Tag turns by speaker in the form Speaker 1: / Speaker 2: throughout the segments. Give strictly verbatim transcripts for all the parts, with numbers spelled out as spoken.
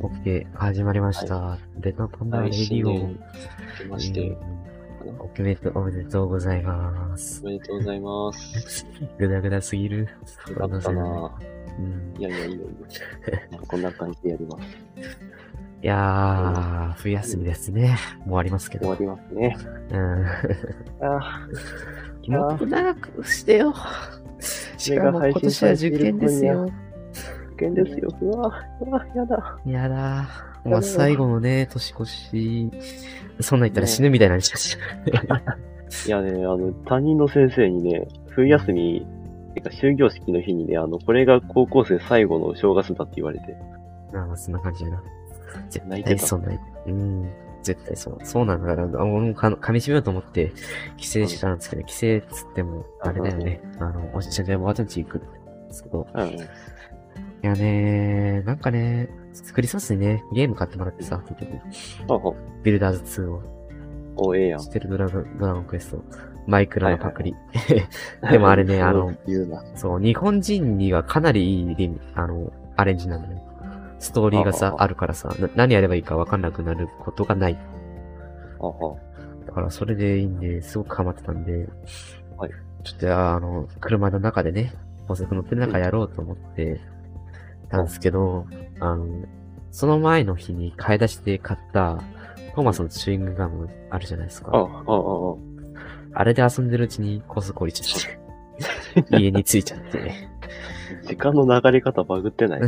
Speaker 1: オッケー、始まりました。はい、デトパンダレディオ。
Speaker 2: 来まして。
Speaker 1: おめでとう、おめでとうございます。
Speaker 2: おめでとうございます。
Speaker 1: ぐだぐだすぎる。
Speaker 2: よかったなぁ、うん。いやいやいやいや。こんな感じでやります。
Speaker 1: いやー、冬休みですね。もう終わりますけど。
Speaker 2: 終わりますね。
Speaker 1: うん。
Speaker 2: あ
Speaker 1: ぁ。もっと長くしてよ。しかも今年は受験ですよ。
Speaker 2: 受験ですよ。うわ、うわ、やだ。
Speaker 1: やだ。まあ、最後のね、年越し、そんな言ったら死ぬみたいな話だし。
Speaker 2: いやね、あの、担任の先生にね、冬休み、てか終業式の日にね、あの、これが高校生最後の正月だって言われて。
Speaker 1: ああ、そんな感じだな。絶対そうない。うん。絶対そう。そうなんだから、俺もか噛み締めようと思って、帰省したんですけど、うん、帰省っつっても、あれだよね。あの、おじちゃんでおばあちゃん家行くんですけど。
Speaker 2: うん。い
Speaker 1: やねー、なんかね、クリスマスにね、ゲーム買ってもらってさ、結局。ビルダーズツーを。
Speaker 2: お、ええやん。
Speaker 1: 知ってるドラゴン、ドラゴンクエスト。マイクラのパクリ。はいはい、でもあれね、あの、そう、日本人にはかなりいいリあの、アレンジなんだよ。ストーリーがさ、あるからさ、何やればいいか分かんなくなることがない。
Speaker 2: あは
Speaker 1: だからそれでいいんで、すごくハマってたんで、
Speaker 2: はい。
Speaker 1: ちょっとあの、車の中でね、高速乗ってる中やろうと思ってたんですけど、あの、その前の日に買い出しで買ったトーマスのチューイングガムあるじゃないですか。
Speaker 2: あ、あ、あ、あ。あ
Speaker 1: れで遊んでるうちに高速降りちゃって、家に着いちゃって。
Speaker 2: 時間の流れ方バグってない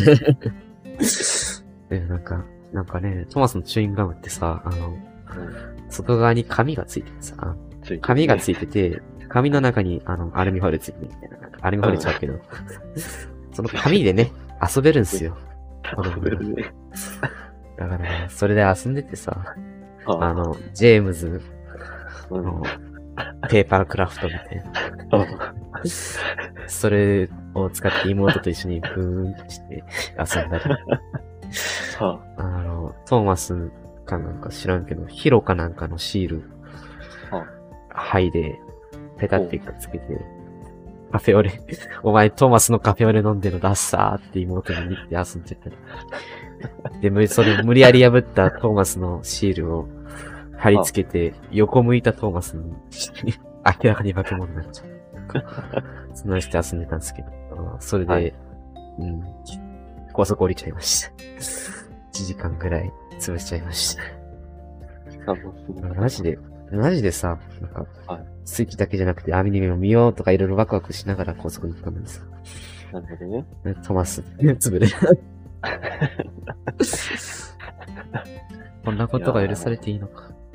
Speaker 1: で、なんか、なんかね、トーマスのチューイングガムってさ、あの、うん、外側に紙がついててさ、てね、紙がついてて、紙の中にあの、アルミホイルついてるみたいな、なんかアルミホイルちゃうけど、うん、その紙でね、遊べるんすよ。
Speaker 2: 遊べるね。
Speaker 1: だからね、それで遊んでてさ、あの、ジェームズの、ペーパークラフトみたいな。それを使って妹と一緒にブーンってして遊んだり。あの、トーマスかなんか知らんけど、ヒロかなんかのシール、剥いで、ペタってくっつけて、カフェオレ、お前トーマスのカフェオレ飲んでるダッサーって妹に見て遊んでたり。で、それ無理やり破ったトーマスのシールを貼り付けて、横向いたトーマスに、明らかに化け物になっちゃう。そんなして遊んでたんですけど、それで、はい、うん、高速降りちゃいました。いちじかんぐらい潰しちゃいました。マジで、マジでさ、なんか、はい、スイッチだけじゃなくてアニメを見ようとかいろいろワクワクしながら高速に行ったのにさ。
Speaker 2: なるほどね。
Speaker 1: トマス、潰れる。こんなことが許されていいのか。
Speaker 2: うん、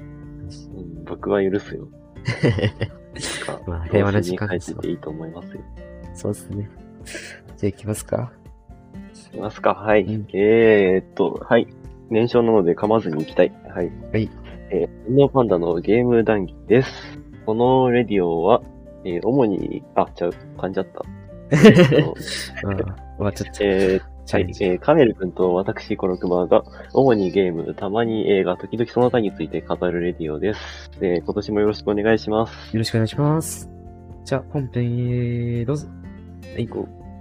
Speaker 2: 僕は許すよ。
Speaker 1: まあ、平和な時間
Speaker 2: ですよ。いいと思いますよ。
Speaker 1: そうですね。じゃあ行きますか。
Speaker 2: 行きますか。はい。うん、えーっと、はい。年少なので噛まずに行きたい。はい。
Speaker 1: はい。
Speaker 2: えー、運動パンダのゲーム談義です。このレディオは、えー、主に、あ、ちゃう、噛んじゃった。
Speaker 1: えー、あ終わっちゃった。
Speaker 2: えーはい、えー、カメル君と私、コロクマが、主にゲーム、たまに映画、時々その他について語るレディオです。えー、今年もよろしくお願いします。
Speaker 1: よろしくお願いします。じゃあ、本編へ、どうぞ。はい、こう。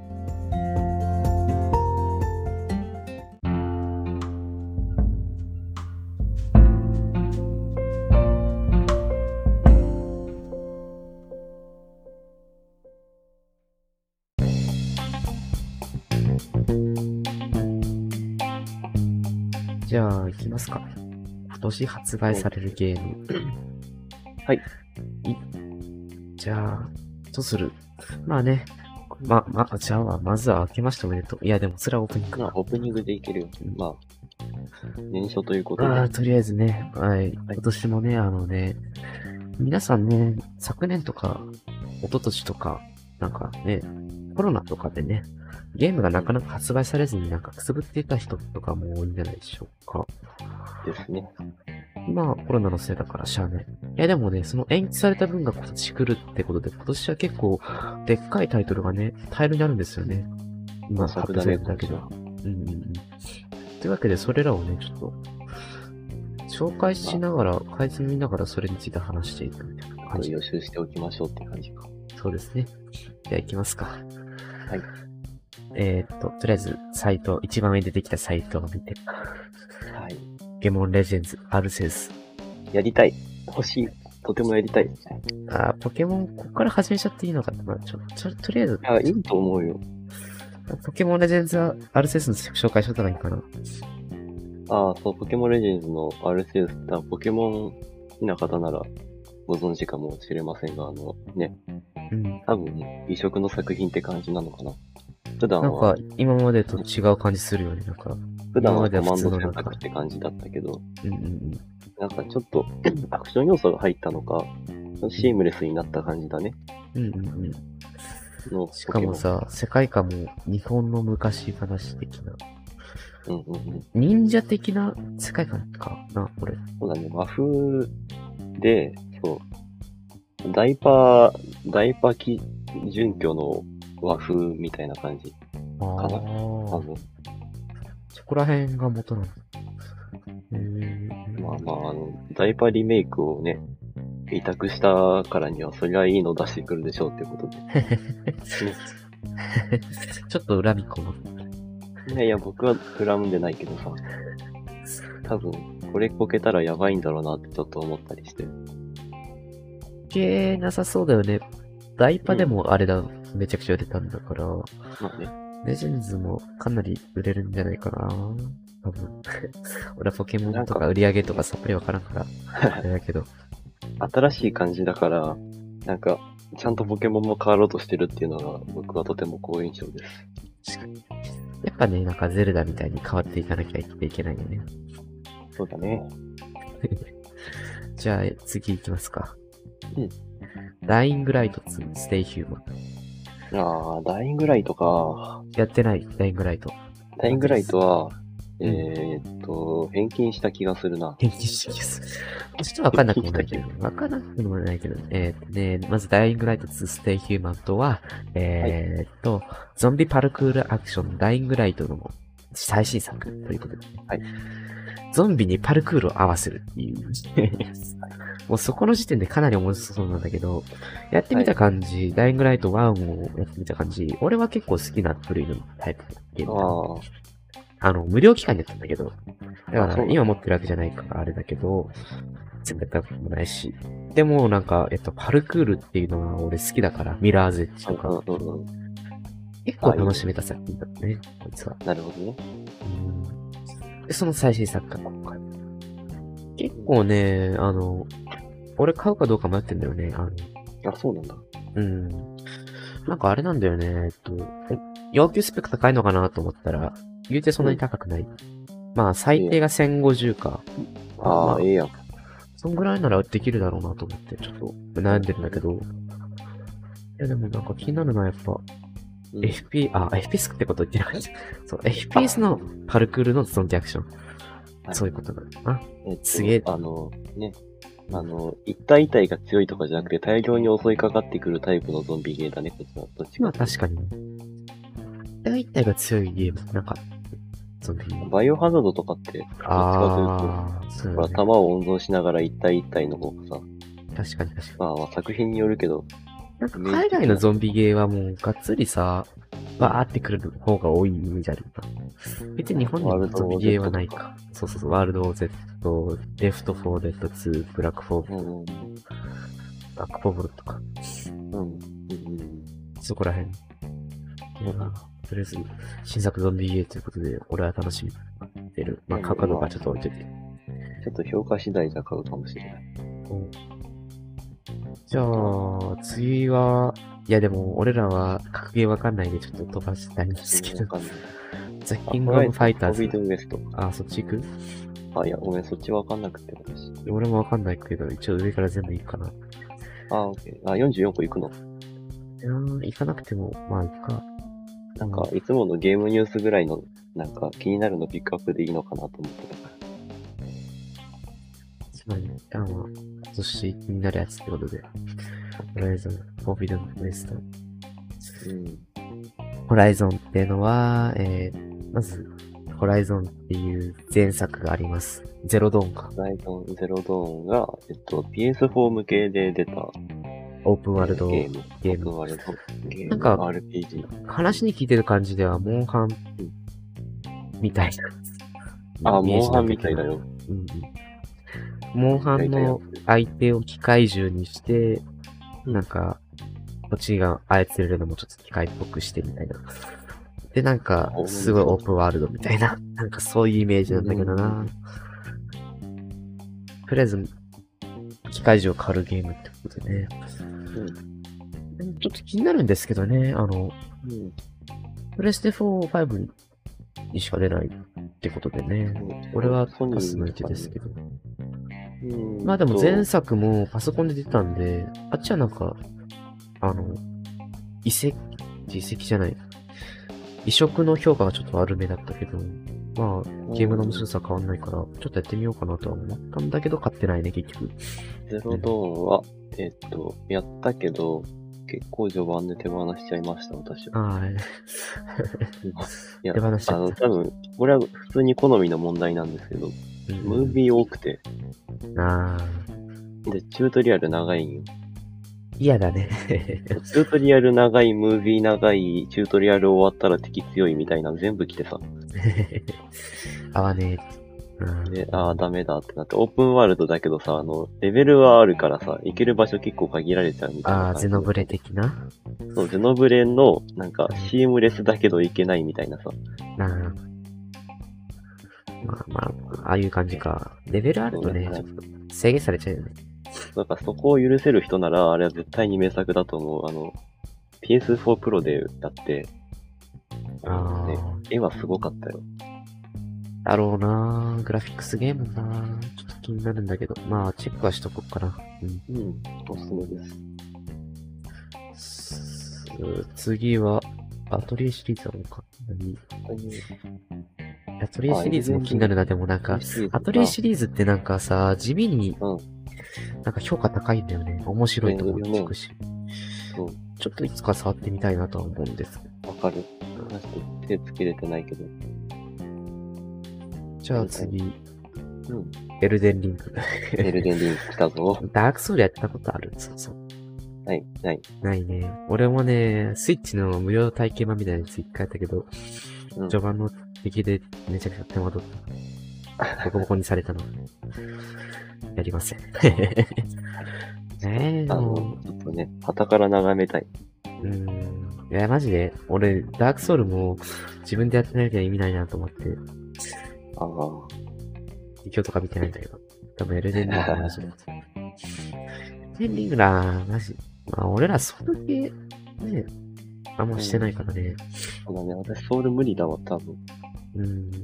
Speaker 1: じゃあ、行きますか。今年発売されるゲーム。
Speaker 2: はい。
Speaker 1: いじゃあ、どうする？まあね。ま、ま、じゃあ、まずは明けましておめでとう。いや、でも、それはオープニング。
Speaker 2: まあ、オープニングでいけるよ。まあ、年初ということで。
Speaker 1: ああ、とりあえずね、はい。今年もね、あのね、皆さんね、昨年とか、一昨年とか、なんかね、コロナとかでね、ゲームがなかなか発売されずになんかくすぶっていた人とかも多いんじゃないでしょうか。
Speaker 2: ですね。
Speaker 1: まあ、コロナのせいだからしゃあない。いやでもね、その延期された分が今年来るってことで、今年は結構、でっかいタイトルがね、大量にあるんですよね。今、発表されただけでは。うんうんうん。というわけで、それらをね、ちょっと、紹介しながら、解説見ながらそれについて話していくみたいな感じ。
Speaker 2: 予習しておきましょうって感じか。
Speaker 1: そうですね。じゃあ行きますか。
Speaker 2: はい。
Speaker 1: えー、っと、とりあえず、サイト、一番上に出てきたサイトを見て。
Speaker 2: はい。
Speaker 1: ポケモンレジェンズ、アルセウス。
Speaker 2: やりたい。欲しい。とてもやりたい。
Speaker 1: あー、ポケモン、ここから始めちゃっていいのかな、ちょ、ちょ、とりあえず。
Speaker 2: あ、いいと思うよ。
Speaker 1: ポケモンレジェンズは、アルセウスの紹介しとった方がいいかな。
Speaker 2: ああ、そう、ポケモンレジェンズのアルセウス、ポケモン好きな方ならご存知かもしれませんが、あの、ね。
Speaker 1: うん。
Speaker 2: 多分、異色の作品って感じなのかな。普段
Speaker 1: は。なんか、今までと違う感じするよね、なんか。
Speaker 2: 普段はコマンド選択って感じだったけど。
Speaker 1: うんうんうん。
Speaker 2: なんかちょっと、アクション要素が入ったのか、シームレスになった感じだね。
Speaker 1: うんうんうん。のしかもさ、世界観も日本の昔話的な。
Speaker 2: うんうんうん。
Speaker 1: 忍者的な世界観かな、これ。
Speaker 2: そうだね、和風で、そう。ダイパー、ダイパ機準拠の和風みたいな感じかな。多分。
Speaker 1: そこら辺が元なの。へ
Speaker 2: ーまあまあ、あの、ダイパリメイクをね、委託したからには、そりゃいいの出してくるでしょうっていうことで。
Speaker 1: ちょっと恨みこも
Speaker 2: いやいや、僕は恨んでないけどさ。多分、これこけたらやばいんだろうなってちょっと思ったりして。
Speaker 1: けなさそうだよね。ダイパでもあれだ、うん、めちゃくちゃ売れたんだから。ま
Speaker 2: あね。
Speaker 1: レジェンズもかなり売れるんじゃないかな。多分。俺はポケモンとか売り上げとかさっぱりわからんから。あれだけど。
Speaker 2: 新しい感じだから、なんか、ちゃんとポケモンも変わろうとしてるっていうのが、僕はとても好印象です。
Speaker 1: 確かに。やっぱね、なんかゼルダみたいに変わっていかなきゃいけないよね。
Speaker 2: そうだね。
Speaker 1: じゃあ、次行きますか。
Speaker 2: うん。
Speaker 1: ダイイングライトツー、ステイヒューマン。
Speaker 2: ああ、ダイイングライトか。
Speaker 1: やってない、ダイイングライト。
Speaker 2: ダイイングライトは、えー、っと、返金した気がするな。
Speaker 1: 返金した気がする。ちょっとわかんなくもないけど、わかんなくもないけど、えー、っとね、まずダイイングライトツーステイヒューマンとは、えー、っと、はい、ゾンビパルクールアクションダイイングライトの最新作ということで、はい。ゾンビにパルクールを合わせるっていう。もうそこの時点でかなり面白そうなんだけど、やってみた感じ、はい、ダイイングライトワンをやってみた感じ、俺は結構好きな部類のタイプのゲームだ。あの、無料期間でやったんだけど、だから今持ってるわけじゃないからあれだけど、全部やったわけもないし。でもなんか、えっと、パルクールっていうのは俺好きだから、ミラーズエッジとか。結構楽しめた作品だったね、こいつは。
Speaker 2: なるほどね。
Speaker 1: うん。で、その最新作が今回。結構ね、あの、俺買うかどうか迷ってんだよね、あの。
Speaker 2: あ、そうなんだ。
Speaker 1: うん。なんかあれなんだよね、えっと、要求スペック高いのかなと思ったら、言うてそんなに高くない。うん、まあ、最低がせんごじゅうか。
Speaker 2: ああ、まあ、ええやん。
Speaker 1: そんぐらいならできるだろうなと思って、ちょっと悩んでるんだけど。いや、でもなんか気になるのはやっぱ、うん、エフピー、あ、エフピーエス ってこと言ってなかった。そう、エフピーエス のパルクールのゾンビアクション。そういうことなんだな。
Speaker 2: えっと、すげえ。あの、ね。あの、一体一体が強いとかじゃなくて、大量に襲いかかってくるタイプのゾンビゲーだね、こっちは。どっちか。
Speaker 1: まあ確かに。一体一体が強いゲームなんか、ゾンビ。
Speaker 2: バイオハザードとかって、どっち
Speaker 1: か
Speaker 2: というと、ね、弾を温存しながら一体一体の方がさ。
Speaker 1: 確かに確かに。
Speaker 2: まあ、まあ、作品によるけど。
Speaker 1: なんか海外のゾンビゲーはもうがっつりさ、バーってくる方が多いイメージあるな。別に日本にもゾンビゲーはないか。そうそうそう、ワールド Z、レフトフォーデッドツー、ブラックフォー、うん、ブラックフォーブルとか。うん。うん、そこら辺。うん、とりあえず、新作ゾンビゲーということで、俺は楽しみにしてる。まあ、買うかどうかちょっと置いといて。
Speaker 2: ちょっと評価次第じゃ買うかもしれない。
Speaker 1: うんじゃあ、次は、いやでも、俺らは格ゲーわかんないでちょっと飛ばしたいんですけど。ザ・キング・オブ・ファイターズ。あ、そっち行く？
Speaker 2: あ、いや、ごめん、そっちわかんなくて、私。
Speaker 1: 俺もわかんないけど、一応上から全部行くかな。
Speaker 2: あ、オッケー。あ、よんじゅうよんこ行くの？
Speaker 1: いやー、行かなくても、まあ行くか。
Speaker 2: なんか、いつものゲームニュースぐらいの、なんか、気になるのピックアップでいいのかなと思ってたから。
Speaker 1: つまり、あの、まあ、そして気になるやつってことで。ホライゾン、フォービドンウエスト。うん。ホライゾンっていうのは、えー、まず、ホライゾンっていう前作があります。ゼロドーンか。
Speaker 2: ホライゾンゼロドーンが、えっと、ピーエスフォー 向けで出た
Speaker 1: オープンワールド
Speaker 2: ゲーム。
Speaker 1: ゲーム。
Speaker 2: オープンワールドゲーム。
Speaker 1: なんか、
Speaker 2: アールピージー。
Speaker 1: 話に聞いてる感じでは、モンハンみたいな。
Speaker 2: あ、モンハンみたいだよ。
Speaker 1: うん、モンハンの相手を機械獣にして、うん、なんか、こっちが操れるのもちょっと機械っぽくしてみたいな。で、なんか、すごいオープンワールドみたいな。なんかそういうイメージなんだけどな。うん、とりあえず、機械獣を狩るゲームってことでね。うん、ちょっと気になるんですけどね、あの、うん、プレステフォー、ファイブにしか出ないってことでね。うん、俺はパスの位置ですけど。うん、まあでも前作もパソコンで出たんで、あっちはなんか、あの、遺跡、遺跡じゃない。移植の評価がちょっと悪めだったけど、まあ、ゲームの面白さ変わんないから、ちょっとやってみようかなとは思ったんだけど、買ってないね、結局。
Speaker 2: ゼロドーンは、うん、えっと、やったけど、結構序盤で手放しちゃいました、私は。
Speaker 1: はい。
Speaker 2: いや、手放しちゃった。あの、多分、これは普通に好みの問題なんですけど、うん、ムービー多くて。
Speaker 1: あ
Speaker 2: あ。で、チュートリアル長いんよ。
Speaker 1: 嫌だね。
Speaker 2: チュートリアル長い、ムービー長い、チュートリアル終わったら敵強いみたいな全部来てさ。
Speaker 1: 合わね
Speaker 2: え。うん、で、ああ、ダメだってなって、オープンワールドだけどさ、あの、レベルはあるからさ、行ける場所結構限られちゃうみたいな。
Speaker 1: ああ、ゼノブレ的な
Speaker 2: そう、ゼノブレの、なんか、シームレスだけど行けないみたいなさ。
Speaker 1: ああ。まあまあ、ああいう感じか。レベルあるとね、ちょっと制限されちゃうよね。
Speaker 2: なんかそこを許せる人なら、あれは絶対に名作だと思う。あの、ピーエスフォー Pro でやって、
Speaker 1: あ
Speaker 2: ね、絵はすごかったよ。
Speaker 1: だろうなぁ。グラフィックスゲームなぁ。ちょっと気になるんだけど。まあ、チェックはしとこうかな。
Speaker 2: うん。うん、おすすめです。
Speaker 1: 次は、アトリエシリーズなのか。何アトリエシリーズも気になるな。でもなんか、アトリエシリーズってなんかさ、地味に、うん、なんか評価高いんだよね。面白いとこ聞くし。そう。ちょっといつか触ってみたいなとは思うんです。
Speaker 2: わかる。マジで手つけれてないけど。
Speaker 1: じゃあ次。うん。エルデンリング。
Speaker 2: エルデンリング来たぞ。
Speaker 1: ダークソウルやったことある？そうそう。
Speaker 2: ない、ない。
Speaker 1: ないね。俺もね、スイッチの無料体験版みたいなやつ一回やったけど、うん、序盤の敵でめちゃくちゃ手間取った。ボコボコにされたの。やりません。ねえ、
Speaker 2: あの、ちょっとね、旗から眺めたい。
Speaker 1: うーん。いや、マジで、俺、ダークソウルも自分でやってないから意味ないなと思って。
Speaker 2: ああ。
Speaker 1: 実況とか見てないんだけど。多分エルデンリングの話だ。エルデンリングなマジ。まあ、俺らそれだけ、ね、あんましてないからね。うん、
Speaker 2: そうだね、私ソウル無理だわ、多分。
Speaker 1: うーん。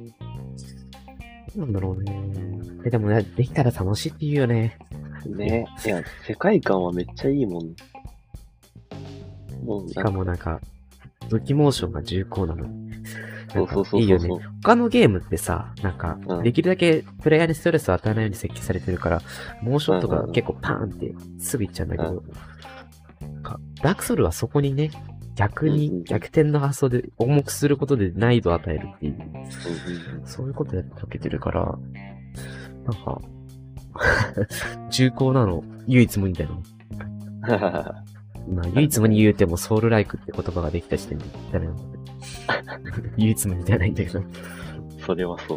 Speaker 1: なんだろうね。え、でもね、できたら楽しいって言うよね。
Speaker 2: ね。いや、世界観はめっちゃいいもん。
Speaker 1: もうしかもなんか、武器モーションが重厚なの。
Speaker 2: そうそうそうそう。
Speaker 1: いいよね。他のゲームってさ、なんか、うん、できるだけプレイヤーにストレスを与えないように設計されてるから、モーションとか結構パーンってすぐいっちゃうんだけど、うん、ダークソウルはそこにね、逆に逆転の発想で重くすることで難易度を与えるっていう、うん、そういうことやって解けてるから、なんか、重厚なの、唯一無二だよ。まあ、唯一無二言うてもソウルライクって言葉ができた時点でダメなので。唯一無二じゃないんだけど。
Speaker 2: それはそう。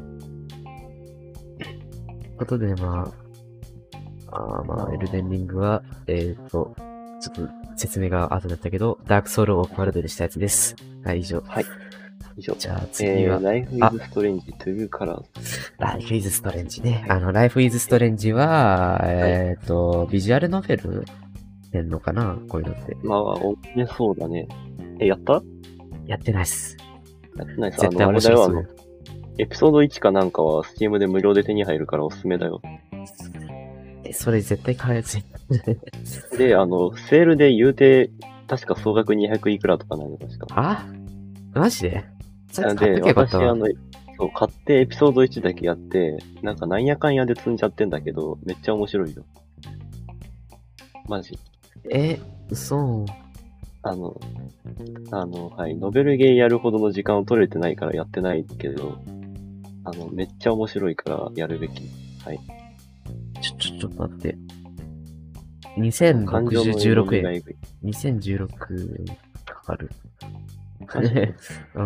Speaker 1: ことで、まあ、あまあ、エルデンリングは、えっと、ちょっと説明が後だったけど、ダークソウルをオープンワールドでしたやつです。はい、以上。
Speaker 2: はい。以上。
Speaker 1: じゃあ次は、
Speaker 2: えー、Life is Strange to Colors。
Speaker 1: Life is Strange ね。あの、Life is Strange は、えっと、はい、ビジュアルノベルやんのかなこういうのって。
Speaker 2: まあ、おね、そうだね。え、やった？
Speaker 1: やってないっす。
Speaker 2: やってないっす。絶対面白そう。あの、あれだよ、あの、エピソードいちかなんかは Steam で無料で手に入るからおすすめだよ。
Speaker 1: え、それ絶対買うやつ。
Speaker 2: で、あの、セールで言うて、確か総額にひゃくいくらとかないの確か。
Speaker 1: あ？マジで？
Speaker 2: で、私、あの、そう、買ってエピソードいちだけやって、なんかなんやかんやで積んじゃってんだけど、めっちゃ面白いよ。マジ。
Speaker 1: え、嘘。
Speaker 2: あの、あの、はい、ノベルゲーやるほどの時間を取れてないからやってないけど、あの、めっちゃ面白いからやるべき。はい。
Speaker 1: ちょ、ちょ、ちょっと待って。 にせんろくじゅうろくえん。にせんじゅうろくえんかかる。うん。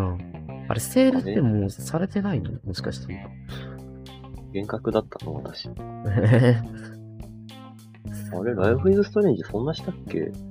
Speaker 1: あれ、セールってもうされてないのもしかして。
Speaker 2: 幻覚だったの私。あれ、ライフイズストレンジそんなしたっけ？あれ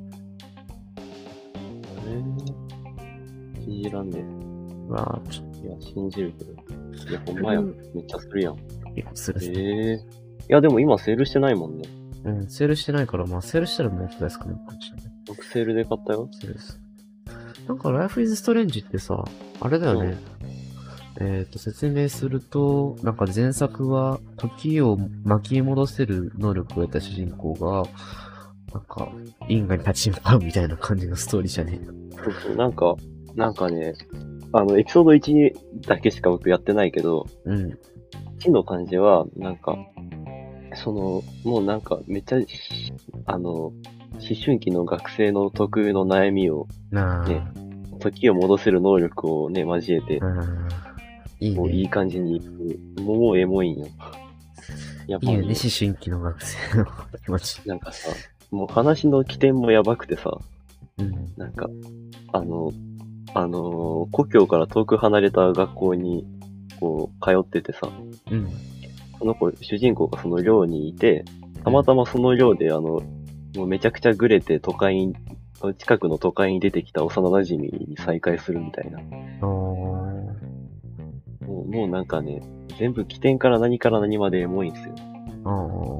Speaker 2: 信じらんねえ。
Speaker 1: まあ、ちょっ
Speaker 2: と。いや、信じるけど。いや、ほんまや。めっちゃするやん。
Speaker 1: いや、するする。
Speaker 2: ええー。いや、でも今セールしてないもんね。
Speaker 1: うん、セールしてないから、まあ、セールしたらもっと安くなるかもしれない。
Speaker 2: 僕セールで買ったよ。
Speaker 1: セールです。なんか、ライフイズストレンジってさ、あれだよね。うん、えっと、説明すると、なんか前作は、時を巻き戻せる能力を得た主人公が、なんか、因果に立ち向かうみたいな感じのストーリーじゃねえ。
Speaker 2: そうそう、なんか、なんかね、あの、エピソードいちだけしか僕やってないけど、
Speaker 1: うん。
Speaker 2: いちの感じは、なんか、その、もうなんか、めっちゃ、あの、思春期の学生の特有の悩みを、ね、時を戻せる能力をね、交えて、いいね。もういい感じにいく。もうエモいんよ。
Speaker 1: やっぱいいよね、思春期の学生の気持ち。
Speaker 2: なんかさ、もう話の起点もやばくてさ、
Speaker 1: うん、
Speaker 2: なんか、あの、あの、故郷から遠く離れた学校に、こう、通っててさ、
Speaker 1: うん、
Speaker 2: その子、主人公がその寮にいて、たまたまその寮で、あの、もうめちゃくちゃグレて都会に、近くの都会に出てきた幼馴染に再会するみたいな。もう、もうなんかね、全部起点から何から何までエモいんすよ。
Speaker 1: あ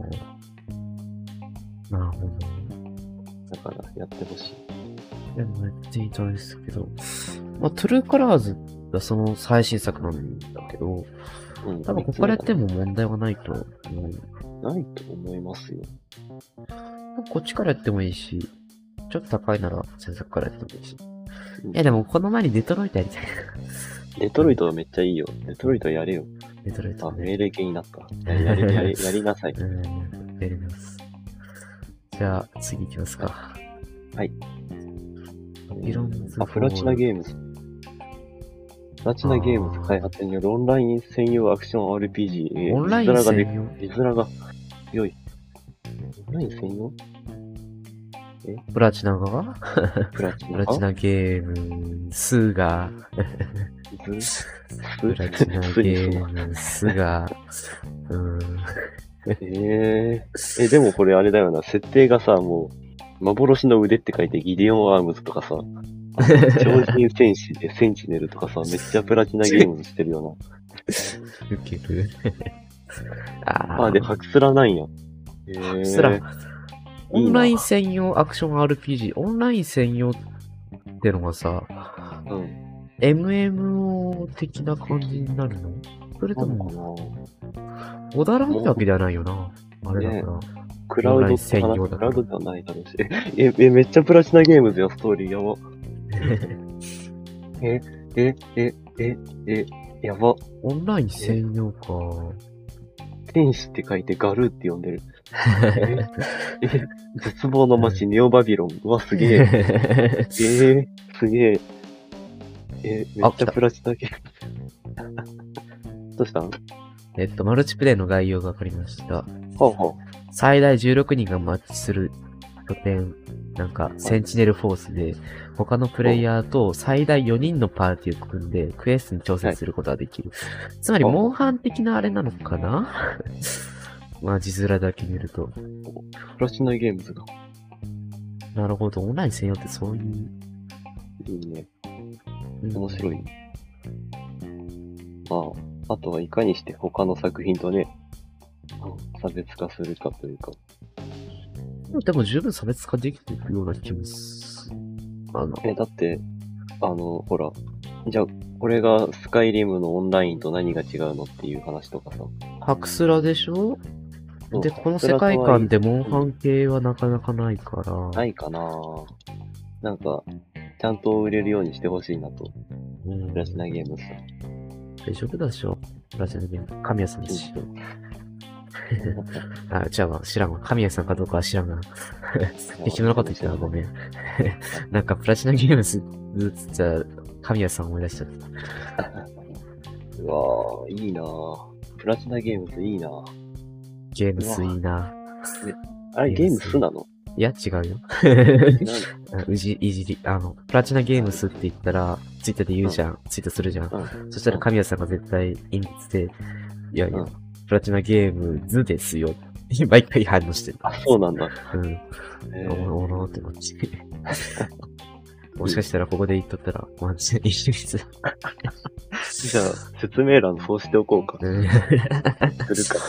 Speaker 1: あ。なるほど。
Speaker 2: だから、やってほしい。
Speaker 1: いや、やっていたんですけど、まあ、トゥルーカラーズがその最新作なんだけど、うん、多分ここからやっても問題はないと思
Speaker 2: う。ないと思いますよ。
Speaker 1: こっちからやってもいいし、ちょっと高いなら前作からやってもいいし。うん、いやでもこの前にデトロイトやりたい。
Speaker 2: デトロイトはめっちゃいいよ。デトロイトやれよ。
Speaker 1: デトロイト、
Speaker 2: ね。あ、命令系になった。やり、やり、やりなさい。
Speaker 1: うん、やります。じゃあ、次行きますか。
Speaker 2: はい。
Speaker 1: いろんな。
Speaker 2: あ、プラチナゲームズ。プラチナゲームズ開発によるオンライン専用アクション アールピージー。
Speaker 1: オンライン専用
Speaker 2: 絵面が良い。オンライン専用
Speaker 1: えプラチナが
Speaker 2: プラチナ
Speaker 1: プラチナゲーム、スが。プラチナゲーム、スが。うん。
Speaker 2: えー、え、でもこれあれだよな、設定がさ、もう、幻の腕って書いてギデオンアームズとかさ、超人戦士でセンチネルとかさ、めっちゃプラチナゲームズしてるよ
Speaker 1: な。ウケる。
Speaker 2: ああ、で、ハクスラなんや。
Speaker 1: えー、ハクスラ。オンライン専用アクション アールピージー。オンライン専用ってのがさ、うん。エムエムオー 的な感じになるの？それとも、おだらんってわけではないよな。あれだから。
Speaker 2: クラウド専用だから。クラウドではないだろうし。え、え、めっちゃプラチナゲームズよ、ストーリー。やば。え、え、え、え、え、やば。
Speaker 1: オンライン専用か。
Speaker 2: 天使って書いてガルーって呼んでる。え、え、絶望の街、ネオバビロン。うわ、すげえ。えー、すげえ。え、めっちゃプラチナゲーム。どうしたん？
Speaker 1: えっと、マルチプレイの概要がわかりました。
Speaker 2: ほうほう。
Speaker 1: 最大じゅうろくにんがマッチする拠点、なんか、センチネルフォースで、他のプレイヤーと最大よにんのパーティーを組んで、クエストに挑戦することができる。はい、つまり、モンハン的なあれなのかなまあ、字面だけ見ると。
Speaker 2: プラチナゲームズが。
Speaker 1: なるほど、オンライン専用ってそういう。
Speaker 2: いいね。面白い。まあ、あとはいかにして他の作品とね、差別化するかというか。
Speaker 1: でも十分差別化できているような気もする。
Speaker 2: あの。え、だって、あの、ほら、じゃあ、これがスカイリムのオンラインと何が違うのっていう話とかさ。
Speaker 1: ハクスラでしょ？で、この世界観でモンハン系はなかなかないから。
Speaker 2: ないかなぁ。なんか、ちゃんと売れるようにしてほしいなと。うん。プラチナゲームさ。
Speaker 1: 大丈夫だでしょ。プラチナゲーム。神谷さんですし。あ、じゃあ、知らんわ。神谷さんかどうかは知らんが。適当なこと言ったらごめん。なんか、プラチナゲームズじゃ神谷さん思い出しちゃった。
Speaker 2: うわぁ、いいなぁ。プラチナゲームズいいなぁ。
Speaker 1: ゲームスいいな。
Speaker 2: あれ、ゲームスなの？
Speaker 1: いや、違うよ。うじ、いじり、あの、プラチナゲームスって言ったら、ツイッターで言うじゃん。うん、ツイートするじゃん。うん、そしたら神谷さんが絶対、インツで、いやいや、うん、プラチナゲームズですよ。毎回反応してる。
Speaker 2: あ、そうなんだ。
Speaker 1: うん。えー、おのーってこっち。もしかしたらここで言っとったら、マジでいいです。
Speaker 2: じゃあ、説明欄そうしておこうか。するか。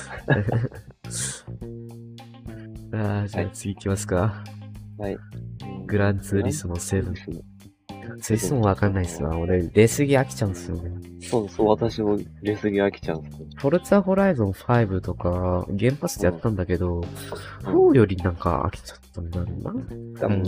Speaker 1: ああ、じゃあ次行きますか。
Speaker 2: はい。
Speaker 1: グランツーリスモセブン。ツイスモわかんないっすわ。俺、出過ぎ飽きちゃうんすよね。
Speaker 2: そうそう、私も出過ぎ飽きちゃうんすよ。
Speaker 1: フォルツァホライゾンファイブとか、ゲームパスでやったんだけど、フォーよりなんか飽きちゃったんだろうな。うん、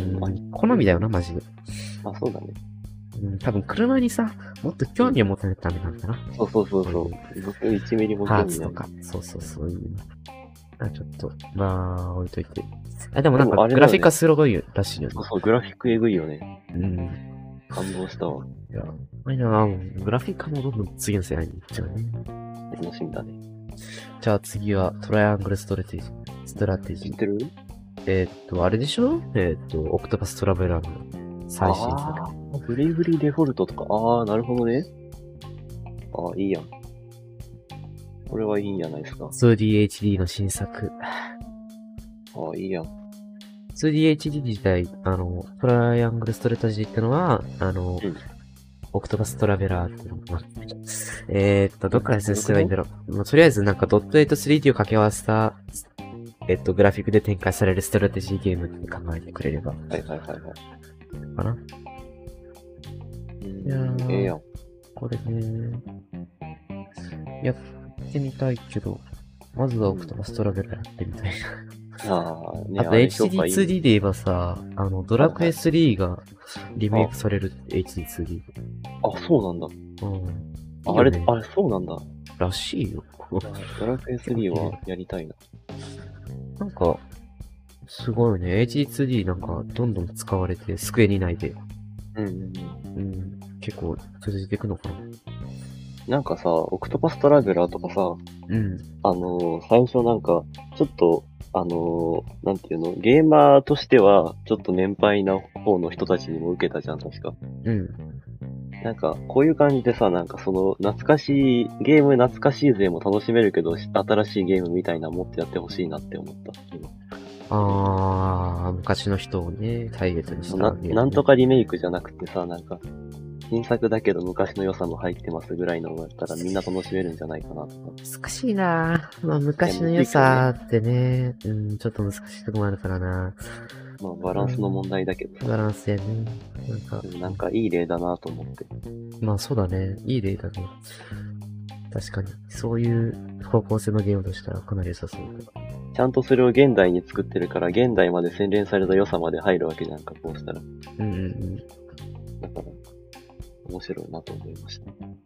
Speaker 1: 好みだよな、マジで。
Speaker 2: あ、そうだね。
Speaker 1: うん、多分車にさ、もっと興味を持たないとダメなんだな。
Speaker 2: そうそうそうそう。僕いちミリも興味ない。
Speaker 1: ハーツとか。そうそうそう。あ、ちょっと、まあ、置いといて。あ、でもなんか、グラフィックはすごいらしいよね。
Speaker 2: そうそう、グラフィックエグいよね。
Speaker 1: うん。
Speaker 2: 感動したわ。
Speaker 1: いや、あいな、グラフィックもどんどん次の世代に行っちゃうね。
Speaker 2: 楽しみだね。
Speaker 1: じゃあ次は、トライアングルストラテジー。ストラテジー。
Speaker 2: 知ってる？
Speaker 1: えー、っと、あれでしょ？えー、っと、オクトパストラベラーの最新作。
Speaker 2: ああ、ブレイブリーデフォルトとか、ああ、なるほどね。ああ、いいやん。これはいいんじゃないですか。
Speaker 1: ツーディーエイチディー の新作。
Speaker 2: ああ、いいやん。
Speaker 1: ツーディーエイチディー 自体、あの、トライアングルストラテジーってのは、あの、うん、オクトパストラベラーってのが、えーっと、どっから説明すればいいんだろう。まあ、とりあえずなんかドットエイト スリーディー を掛け合わせた、えっと、グラフィックで展開されるストラテジーゲームって考えてくれれば。
Speaker 2: はいはいはいはい。
Speaker 1: かな。
Speaker 2: いやー、ええやん。
Speaker 1: これね、やってみたいけど、まずはオクトパストラベラーやってみたいな。
Speaker 2: ああ、ね、
Speaker 1: あと エイチディーツーディー で言えばさ、あの、ドラクエスリーがリメイクされるって エイチディーツーディー。
Speaker 2: あ、そうなんだ。
Speaker 1: うん。いい
Speaker 2: あれ、あれ、そうなんだ。
Speaker 1: らしいよ。
Speaker 2: ドラクエスリーはやりたいな。
Speaker 1: なんか、すごいね。エイチディーツーディー なんかどんどん使われて、スクエニ内で。
Speaker 2: うんうんうん。
Speaker 1: うん。結構続いていくのかな。
Speaker 2: なんかさ、オクトパストラベラーとかさ、
Speaker 1: うん。
Speaker 2: あのー、最初なんか、ちょっと、あのー、なんていうの、ゲーマーとしては、ちょっと年配な方の人たちにも受けたじゃん、確か。
Speaker 1: うん。
Speaker 2: なんか、こういう感じでさ、なんかその、懐かしい、ゲーム懐かしい勢も楽しめるけど、新しいゲームみたいなのもっとやってほしいなって思った。
Speaker 1: あー、昔の人をね、ターゲットにした、
Speaker 2: ね、な。なんとかリメイクじゃなくてさ、なんか、新作だけど昔の良さも入ってますぐらいのだったらみんな楽しめるんじゃないかなとか。
Speaker 1: 難しいなぁ。まあ昔の良さってね、うん、ちょっと難しいとこもあるからな。
Speaker 2: まあバランスの問題だけどさ。
Speaker 1: バランスやね。なんか。
Speaker 2: なんかいい例だなと思って。
Speaker 1: まあそうだね。いい例だね。確かに。そういう方向性のゲームとしたらかなり良さそう。
Speaker 2: ちゃんとそれを現代に作ってるから、現代まで洗練された良さまで入るわけじゃんか、こうしたら。
Speaker 1: うんうんうん。
Speaker 2: だから、面白いなと思いました。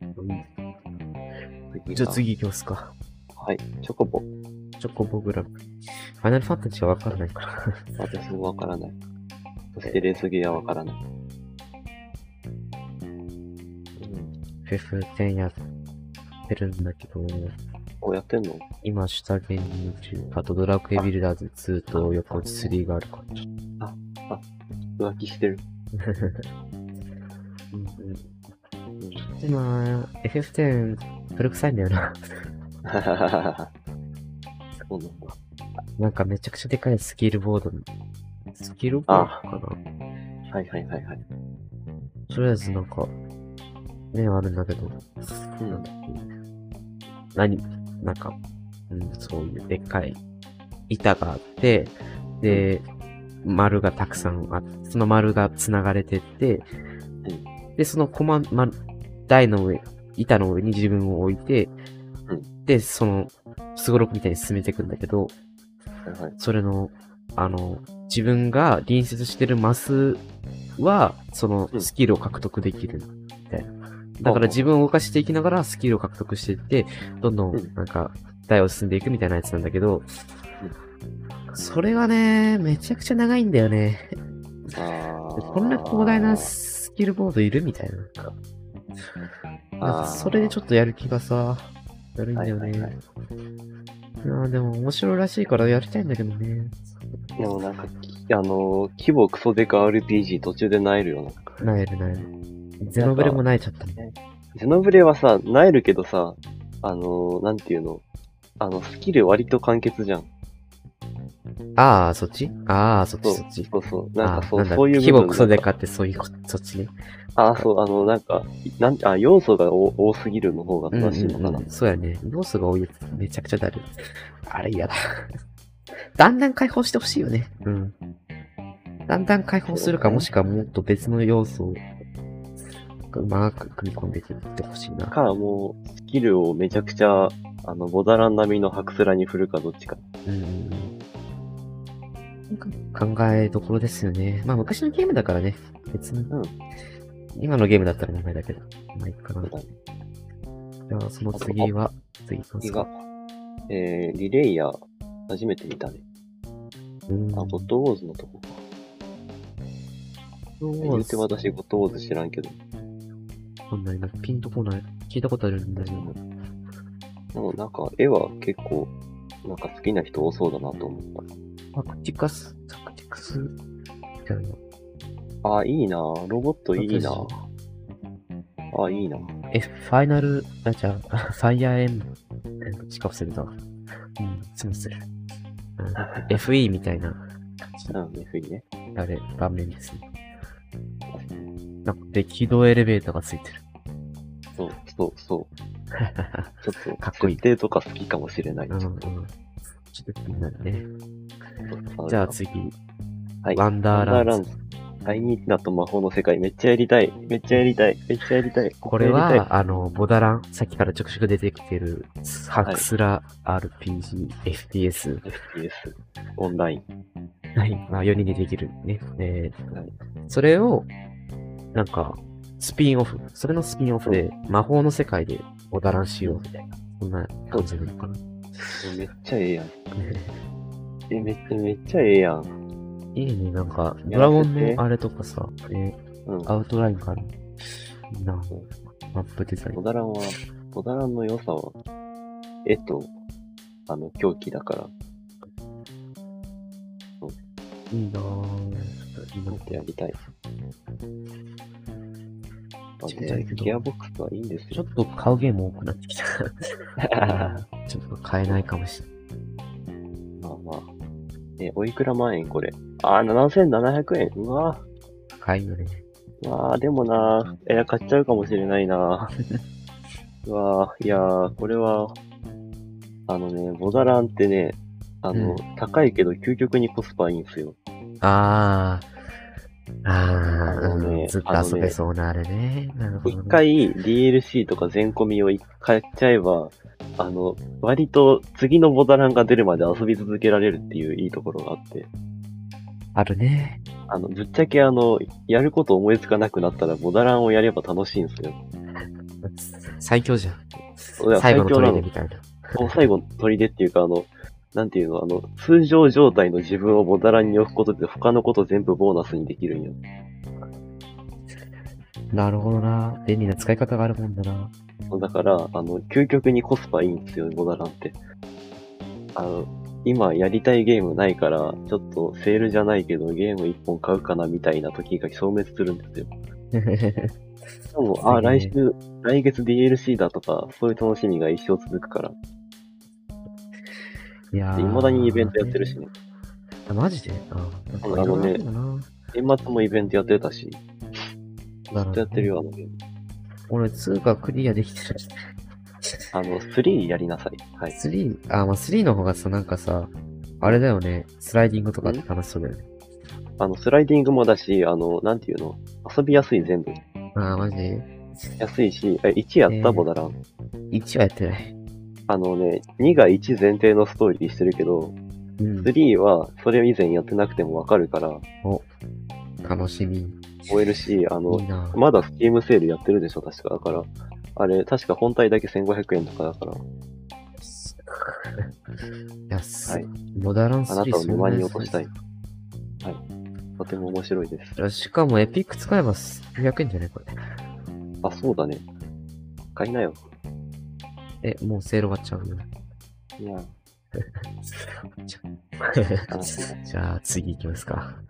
Speaker 1: うん、じゃあ次行きますか。
Speaker 2: はい。チョコボ。
Speaker 1: チョコボグラブ。ファイナルファンタジーはわからないから。
Speaker 2: 私もわからない。そしてレースゲーはわからない。
Speaker 1: うん。フェフテンやってるんだけど、
Speaker 2: お、やってんの？
Speaker 1: 今、下ゲーム中。あと、ドラクエビルダーズツーと横落ちスリーがあるから。
Speaker 2: あ、あ、浮気してる。
Speaker 1: うんうん、で、まあ、エフエフテン、古臭いんだよな。
Speaker 2: そうなんだ。
Speaker 1: なんかめちゃくちゃでかいスキルボード。スキルボードかな？
Speaker 2: はいはいはいはい。
Speaker 1: とりあえずなんか、ね、あるんだけど。
Speaker 2: うん。
Speaker 1: 何なんか、うん、そういうでっかい板があって、で、丸がたくさんあって、その丸が繋がれてって、
Speaker 2: うん、
Speaker 1: で、そのコマ、ま、台の上、板の上に自分を置いて、
Speaker 2: うん、
Speaker 1: で、その、スゴロクみたいに進めていくんだけど、
Speaker 2: はいはい、
Speaker 1: それの、あの、自分が隣接してるマスは、そのスキルを獲得できるみたいな。だから自分を動かしていきながらスキルを獲得していって、どんどんなんか台を進んでいくみたいなやつなんだけど、それがね、めちゃくちゃ長いんだよね。こんな広大なスキルボードいるみたいな。なんかなんかそれでちょっとやる気がさ、やるんだよね。はいはいはい、あでも面白いらしいからやりたいんだけどね。
Speaker 2: でもなんか、あのー、規模クソデカ アールピージー 途中で萎えるよな。
Speaker 1: なえるなえる。ゼノブレも萎えちゃったね。
Speaker 2: ゼノブレはさ、萎えるけどさ、あのー、なんていうの、あの、スキル割と簡潔じゃん。
Speaker 1: ああ、そっちああ、そっちそっち。
Speaker 2: そうそう。なんかそう、
Speaker 1: なんだ
Speaker 2: そういう部分。
Speaker 1: 規模クソデカってそういうこと、そっちね。
Speaker 2: ああ、そう、あの、なんか、なんあ、要素が多多すぎるの方が正しいのかな。
Speaker 1: うんうんうん、そうやね。要素が多いやつめちゃくちゃだる。あれ嫌だ。だんだん解放してほしいよね。うん。だんだん解放するか、もしくはもっと別の要素をうまく組み込んでいってほしいな。
Speaker 2: か、もう、スキルをめちゃくちゃ、あの、ボダラン並みのハクスラに振るかどっちか。
Speaker 1: うん。考えどころですよね。まあ昔のゲームだからね。別に。うん。今のゲームだったら名前だけど。まあいいかな。じゃあその次は、次
Speaker 2: 次が、えー、リレイヤー、初めて見たね。うん。あ、ゴッドウォーズのとこか。言うて私ゴッドウォーズ知らんけど。
Speaker 1: そんなになんかピンとこない。聞いたことあるんだけど。
Speaker 2: でもなんか絵は結構、なんか好きな人多そうだなと思った。
Speaker 1: タクティカス、タクティクス、みたいな。
Speaker 2: ああ、いいなロボットいいなああ、いいな
Speaker 1: え、ファイナル、あ、じゃあ、ファイアーエム、しか忘れた。うん、すみません。うん、エフイー みたいな感じ。
Speaker 2: うん、エフイー ね。
Speaker 1: あれ、盤面ですね。なんか、適動エレベーターがついてる。
Speaker 2: そう、そう、そう。ちょっと、
Speaker 1: かっこいい。
Speaker 2: 設定とか好きかもしれない。
Speaker 1: うん、うん。ちょっと気になるね。じゃあ次。
Speaker 2: はい。
Speaker 1: ワンダーランズ。ワンダーランズ。
Speaker 2: 大人気なと魔法の世界めっちゃやりたい。めっちゃやりたい。めっちゃやりたい。
Speaker 1: これは、あの、ボダラン、さっきからちょくちょく出てきてる、ハクスラ アールピージー、エフピーエス。
Speaker 2: エフピーエス。オンライン。
Speaker 1: はい。まあ、よにんでできるね。えーはい、それを、なんか、スピンオフ。それのスピンオフで、魔法の世界でボダランしようみたいな。そんな感じなのかな。
Speaker 2: めっちゃええやん。え、めっちゃ、めっちゃええやん。
Speaker 1: いいね、なんか、ドラゴンのあれとかさ、ね、うん、アウトラインがある。いいな、マップデザイン。
Speaker 2: ボダランは、ボダランの良さは、絵と、あの、狂気だから。
Speaker 1: そう。いいなぁ。
Speaker 2: もっとやりたい。ギアボックスはいいんです
Speaker 1: よ。ちょっと買うゲーム多くなってきた。ちょっと買えないかもしれない。
Speaker 2: まあまあ。え、おいくら万円これ。あー、ななせんななひゃくえん。うわ
Speaker 1: ぁ。高いよね。
Speaker 2: うわー、でもなー、いや、買っちゃうかもしれないなー。うわー、いやー、これは、あのね、ボダランってね、あの、うん、高いけど究極にコスパいいんですよ。
Speaker 1: あー。ああ、あのね、ずっと遊べそうなあれね。
Speaker 2: なるほどね。一回 ディーエルシー とか全込みを買っちゃえば、あの、割と次のボダランが出るまで遊び続けられるっていういいところがあって。
Speaker 1: あるね。
Speaker 2: あの、ぶっちゃけあの、やること思いつかなくなったらボダランをやれば楽しいんですよ。
Speaker 1: 最強じゃん。最後の砦みたいな。
Speaker 2: 最後の砦っていうかあの、なんていうの、あの、通常状態の自分をボダランに置くことで他のこと全部ボーナスにできるんよ。
Speaker 1: なるほどな。便利な使い方があるもんだな。
Speaker 2: だから、あの、究極にコスパいいんですよ、ボダランって。あの、今やりたいゲームないから、ちょっとセールじゃないけどゲーム一本買うかなみたいな時が消滅するんですよ。しかも、あ、来週、来月 ディーエルシー だとか、そういう楽しみが一生続くから。いやー。未だにイベントやってるしね。
Speaker 1: あ、マジであ
Speaker 2: あのね、年末もイベントやってたし、ずっとやってるよ、あのゲーム。
Speaker 1: 俺、にがクリアできてる。
Speaker 2: あの、スリーやりなさい。はい。
Speaker 1: スリー、あ、まあ、スリーの方がさ、なんかさ、あれだよね、スライディングとかって楽しそうだよね。
Speaker 2: あの、スライディングもだし、あの、なんていうの、遊びやすい全部。
Speaker 1: あ、マジ
Speaker 2: 安いし、え、いちやった、えー、ボダラン。
Speaker 1: いちはやってない。
Speaker 2: あのね、にがいち前提のストーリーしてるけど、うん、スリーはそれ以前やってなくてもわかるから。
Speaker 1: お、楽しみ。
Speaker 2: 終えるし、あの、いいまだスチームセールやってるでしょ、確か。だから、あれ、確か本体だけせんごひゃくえんとかだから。
Speaker 1: 安い。はい。ボダランスリー
Speaker 2: あなたを沼に落としたい。はい。とても面白いです。
Speaker 1: しかもエピック使えばひゃくえんじゃねこれ。
Speaker 2: あ、そうだね。買いなよ。
Speaker 1: え、もうセール終わっちゃうよ。
Speaker 2: いや、
Speaker 1: じゃあ次行きますか。
Speaker 2: はい。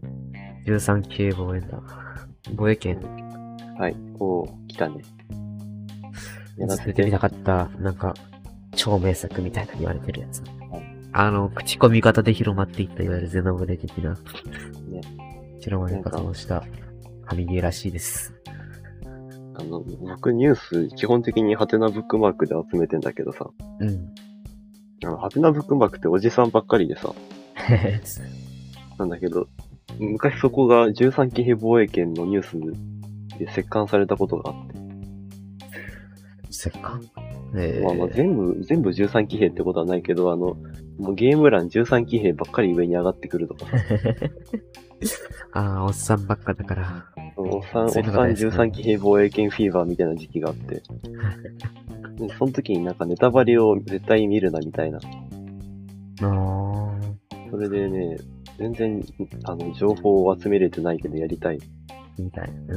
Speaker 1: じゅうさん系防衛だ。防衛権。
Speaker 2: はい。おー、来たね。
Speaker 1: やっててみなかった、なんか、超名作みたいな言われてるやつ。はい、あの、口コミ型で広まっていったいわゆるゼノブレ的な。ね。広まり方をした神ゲーらしいです。
Speaker 2: あの、僕ニュース基本的にハテナブックマークで集めてんだけどさ。うん。あの、ハテナブックマークっておじさんばっかりでさ。なんだけど、昔そこがじゅうさん騎兵防衛権のニュースで折檻されたことがあって。
Speaker 1: 折檻え
Speaker 2: ー、まあまあ全部、全部じゅうさん騎兵ってことはないけど、あの、もうゲーム欄じゅうさん騎兵ばっかり上に上がってくるとかさ。
Speaker 1: ああ、おっさんばっかだから。
Speaker 2: おっさん、おっさんじゅうさん騎兵防衛権フィーバーみたいな時期があって。でその時になんかネタバレを絶対見るなみたいな。ああ。それでね、全然、あの、情報を集めれてないけどやりたい。
Speaker 1: みたい。うん。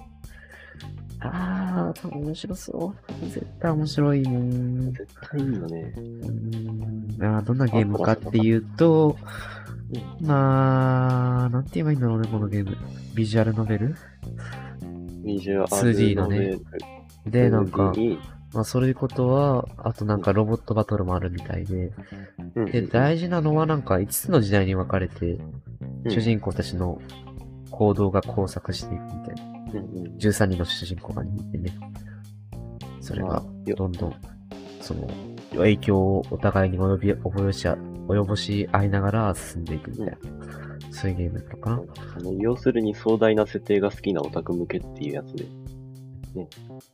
Speaker 1: ああ、面白そう。絶対面白いもん。
Speaker 2: 絶対いいよね。
Speaker 1: うん。ああ、どんなゲームかっていうと、まあ、なんて言えばいいんだろうね、このゲーム。ビジュアルノベル
Speaker 2: ビジュアル
Speaker 1: ツーディー のね。で、なんか、まあそういうことは、あとなんかロボットバトルもあるみたいで、で、大事なのはなんかいつつの時代に分かれて、主人公たちの行動が交錯していくみたいな。じゅうさんにんの主人公がいてね。それが、どんどん、その、影響をお互いに及び、及ぼし、及ぼし合いながら進んでいくみたいな。そういうゲームだったかな。
Speaker 2: あの、要するに壮大な設定が好きなオタク向けっていうやつで。ね。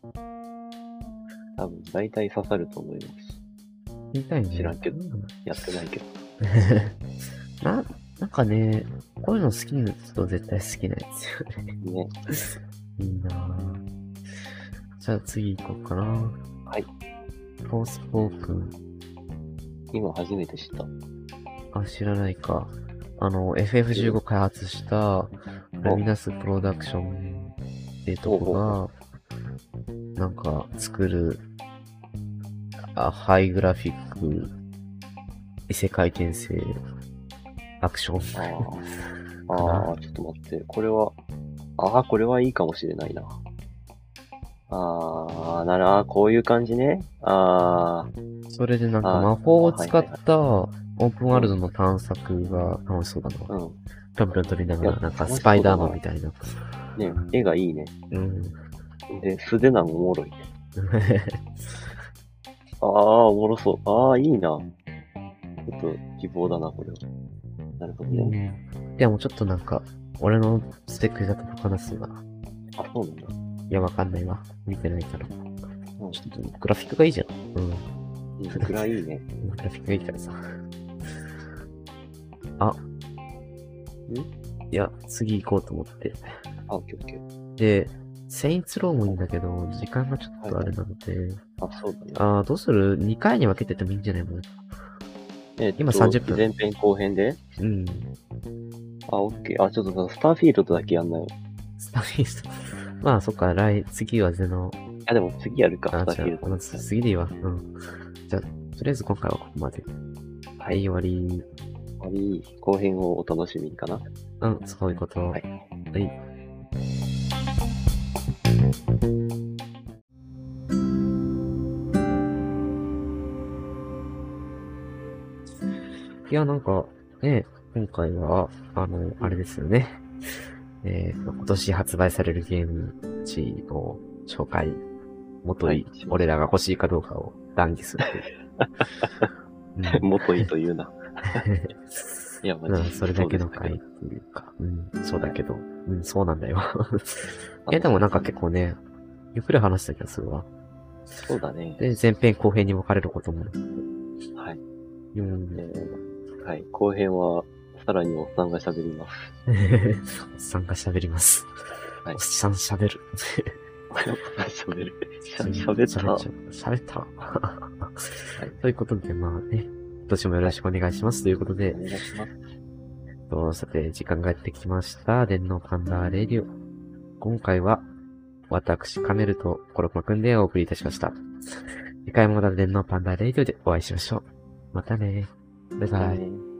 Speaker 2: 多分、大体刺さると思います。
Speaker 1: 見たいね。
Speaker 2: 知らんけど。やってないけど。
Speaker 1: な、なんかね、こういうの好きな人絶対好きなやつよね。ね。いいなぁ。じゃあ次行こうかな。はい。フォースポークン。
Speaker 2: 今初めて知った。
Speaker 1: あ、知らないか。あの、エフエフじゅうご 開発した、ルミナスプロダクションっていうとこが、なんか作る、あ、ハイグラフィック、異世界転生、アクション。
Speaker 2: ああ、ちょっと待って。これは、ああ、これはいいかもしれないな。ああ、なら、こういう感じね。ああ。
Speaker 1: それでなんか魔法を使ったオープンワールドの探索が楽しそうだな。うん。ぴょんぴょん飛びながら、なんかスパイダーマンみたいな。
Speaker 2: ね、絵がいいね。うん。で、素手なのおもろいね。ああ、おもろそう。ああ、いいな。ちょっと希望だな、これは。なるほどね。
Speaker 1: うん。いや、もうちょっとなんか、俺のスペックだと話すが。
Speaker 2: あ、そうなんだ。
Speaker 1: いや、わかんないわ。見てないから。うん、ちょっと、グラフィックがいいじゃん。うん。
Speaker 2: グラいいね。
Speaker 1: グラフィックがいいからさ。あ。んいや、次行こうと思って。
Speaker 2: あ、オッケーオッケー。
Speaker 1: で、セインツローもいいんだけど、時間がちょっとあれなので。はい、
Speaker 2: あ、そうだね。
Speaker 1: あ、どうする ?に 回に分けててもいいんじゃないもん。
Speaker 2: えー、今さんじゅっぷん。前編後編でうん。あ、オッケー。あ、ちょっとスターフィールドだけやんなよ。
Speaker 1: スターフィールドまあ、そっか、来、次はゼノ。
Speaker 2: あ、でも次やるか、
Speaker 1: スターフィールド。次でいいわ。うん。じゃあ、とりあえず今回はここまで。はい、終わり。
Speaker 2: 終わり。後編をお楽しみかな。
Speaker 1: うん、そういうこと。はい。はい。いや、なんか、ね、今回は、あの、あれですよね。えー、今年発売されるゲーム値を紹介、もとい、はい、俺らが欲しいかどうかを談義する。
Speaker 2: うん、もといというな。
Speaker 1: いや、まあ、それだけの回っていうか、うん、そうだけど、うん、そうなんだよ。いや、でもなんか結構ね、ゆっくり話した気がするわ。
Speaker 2: そうだね。
Speaker 1: で、前編後編に分かれることも。
Speaker 2: はい。
Speaker 1: うん、
Speaker 2: えー、はい。後編は、さらにおっさんが喋ります。
Speaker 1: おっさんが喋ります。はい、おっさん喋る。
Speaker 2: おっさん喋る。喋った。
Speaker 1: 喋った。はい。ということで、まあね、今年もよろしくお願いします。ということで、
Speaker 2: お願いします。
Speaker 1: と、さて、時間がやってきました。電脳パンダレディオ。今回は、私、カメルとコロクマくんでお送りいたしました。次回もまた電脳パンダレディオでお会いしましょう。 またね。バイバイ。